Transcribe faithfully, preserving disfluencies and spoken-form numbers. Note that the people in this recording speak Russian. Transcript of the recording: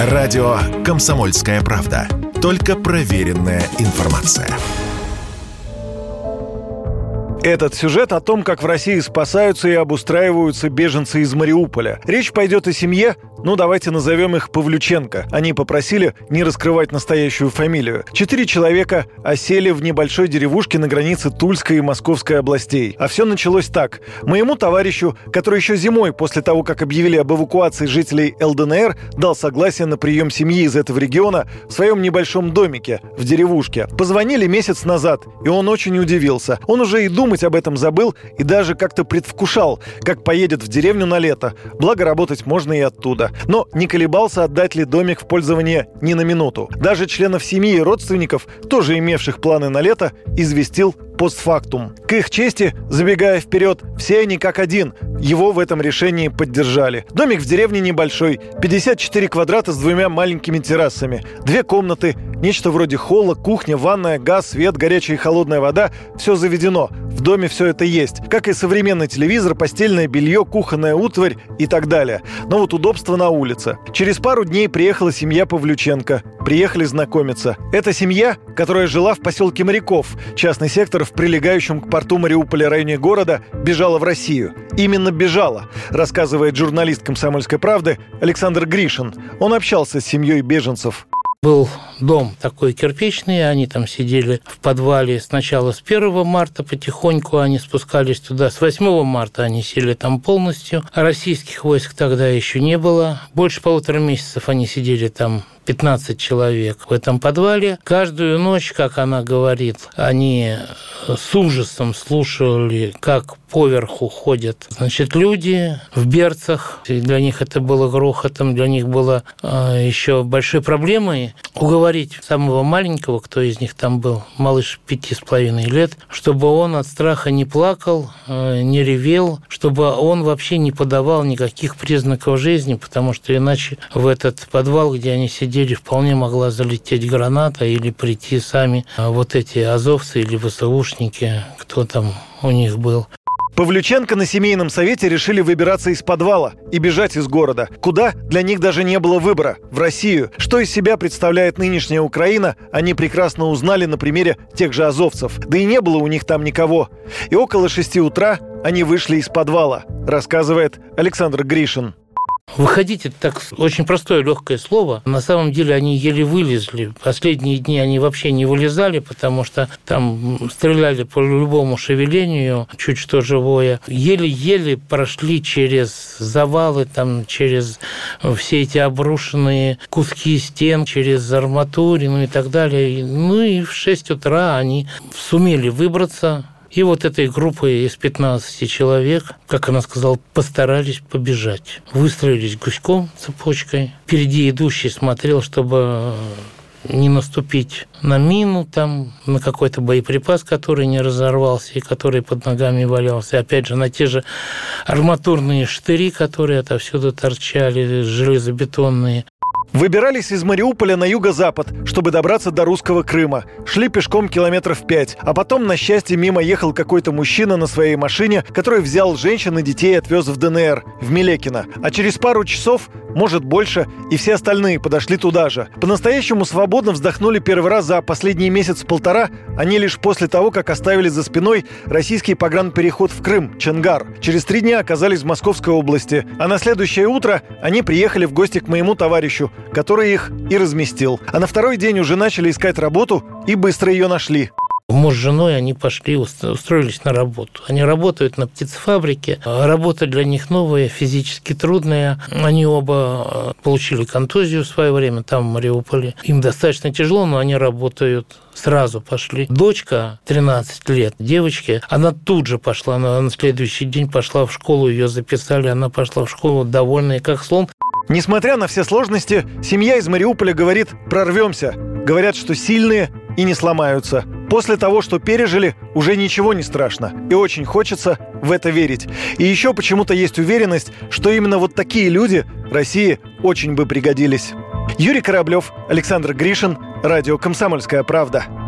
Радио «Комсомольская правда». Только проверенная информация. Этот сюжет о том, как в России спасаются и обустраиваются беженцы из Мариуполя. Речь пойдет о семье, ну давайте назовем их Павлюченко. Они попросили не раскрывать настоящую фамилию. Четыре человека осели в небольшой деревушке на границе Тульской и Московской областей. А все началось так. Моему товарищу, который еще зимой, после того, как объявили об эвакуации жителей эл дэ эн эр, дал согласие на прием семьи из этого региона в своем небольшом домике в деревушке. Позвонили месяц назад, и он очень удивился. Он уже и думал об этом забыл и даже как-то предвкушал, как поедет в деревню на лето. Благо, работать можно и оттуда. Но не колебался, отдать ли домик в пользование ни на минуту. Даже членов семьи и родственников, тоже имевших планы на лето, известил постфактум. К их чести, забегая вперед, все они как один его в этом решении поддержали. Домик в деревне небольшой, пятьдесят четыре квадрата с двумя маленькими террасами, две комнаты, нечто вроде холла, кухня, ванная, газ, свет, горячая и холодная вода. Все заведено. В доме все это есть. Как и современный телевизор, постельное белье, кухонная утварь и так далее. Но вот удобство на улице. Через пару дней приехала семья Павлюченко. Приехали знакомиться. Это семья, которая жила в поселке Моряков. Частный сектор в прилегающем к порту Мариуполя районе города бежала в Россию. Именно бежала, рассказывает журналист «Комсомольской правды» Александр Гришин. Он общался с семьей беженцев. Был дом такой кирпичный, они там сидели в подвале сначала с первого марта, потихоньку они спускались туда, с восьмого марта они сели там полностью. Российских войск тогда еще не было. Больше полутора месяцев они сидели там, пятнадцать человек в этом подвале. Каждую ночь, как она говорит, они с ужасом слушали, как поверху ходят, значит, люди в берцах. И для них это было грохотом, для них было э, еще большой проблемой уговорить самого маленького, кто из них там был, малыш пяти с половиной лет, чтобы он от страха не плакал, э, не ревел, чтобы он вообще не подавал никаких признаков жизни, потому что иначе в этот подвал, где они сидели, вполне могла залететь граната или прийти сами вот эти азовцы или вэ эс эушники, кто там у них был. Павлюченко на семейном совете решили выбираться из подвала и бежать из города. Куда? Для них даже не было выбора. В Россию. Что из себя представляет нынешняя Украина, они прекрасно узнали на примере тех же азовцев. Да и не было у них там никого. И около шести утра они вышли из подвала, рассказывает Александр Гришин. Выходить – это так очень простое, легкое слово. На самом деле они еле вылезли. Последние дни они вообще не вылезали, потому что там стреляли по любому шевелению, чуть что живое. Еле-еле прошли через завалы, там, через все эти обрушенные куски стен, через арматурину и так далее. Ну и в шесть утра они сумели выбраться. И вот этой группой из пятнадцати человек, как она сказала, постарались побежать. Выстроились гуськом, цепочкой. Впереди идущий смотрел, чтобы не наступить на мину, там, на какой-то боеприпас, который не разорвался и который под ногами валялся. Опять же, на те же арматурные штыри, которые отовсюду торчали, железобетонные. Выбирались из Мариуполя на юго-запад, чтобы добраться до русского Крыма. Шли пешком километров пять. А потом, на счастье, мимо ехал какой-то мужчина на своей машине, который взял женщин и детей и отвез в дэ эн эр, в Мелекино. А через пару часов, может больше, и все остальные подошли туда же. По-настоящему свободно вздохнули первый раз за последний месяц-полтора они лишь после того, как оставили за спиной российский погранпереход в Крым, Чонгар. Через три дня оказались в Московской области. А на следующее утро они приехали в гости к моему товарищу, который их и разместил. А на второй день уже начали искать работу и быстро ее нашли. Муж с женой, они пошли, устроились на работу. Они работают на птицефабрике. Работа для них новая, физически трудная. Они оба получили контузию в свое время там, в Мариуполе. Им достаточно тяжело, но они работают. Сразу пошли. Дочка, тринадцать лет, девочки, она тут же пошла, она на следующий день пошла в школу, ее записали, она пошла в школу довольная, как слон. Несмотря на все сложности, семья из Мариуполя говорит «прорвемся». Говорят, что сильные и не сломаются. После того, что пережили, уже ничего не страшно. И очень хочется в это верить. И еще почему-то есть уверенность, что именно вот такие люди России очень бы пригодились. Юрий Кораблев, Александр Гришин, радио «Комсомольская правда».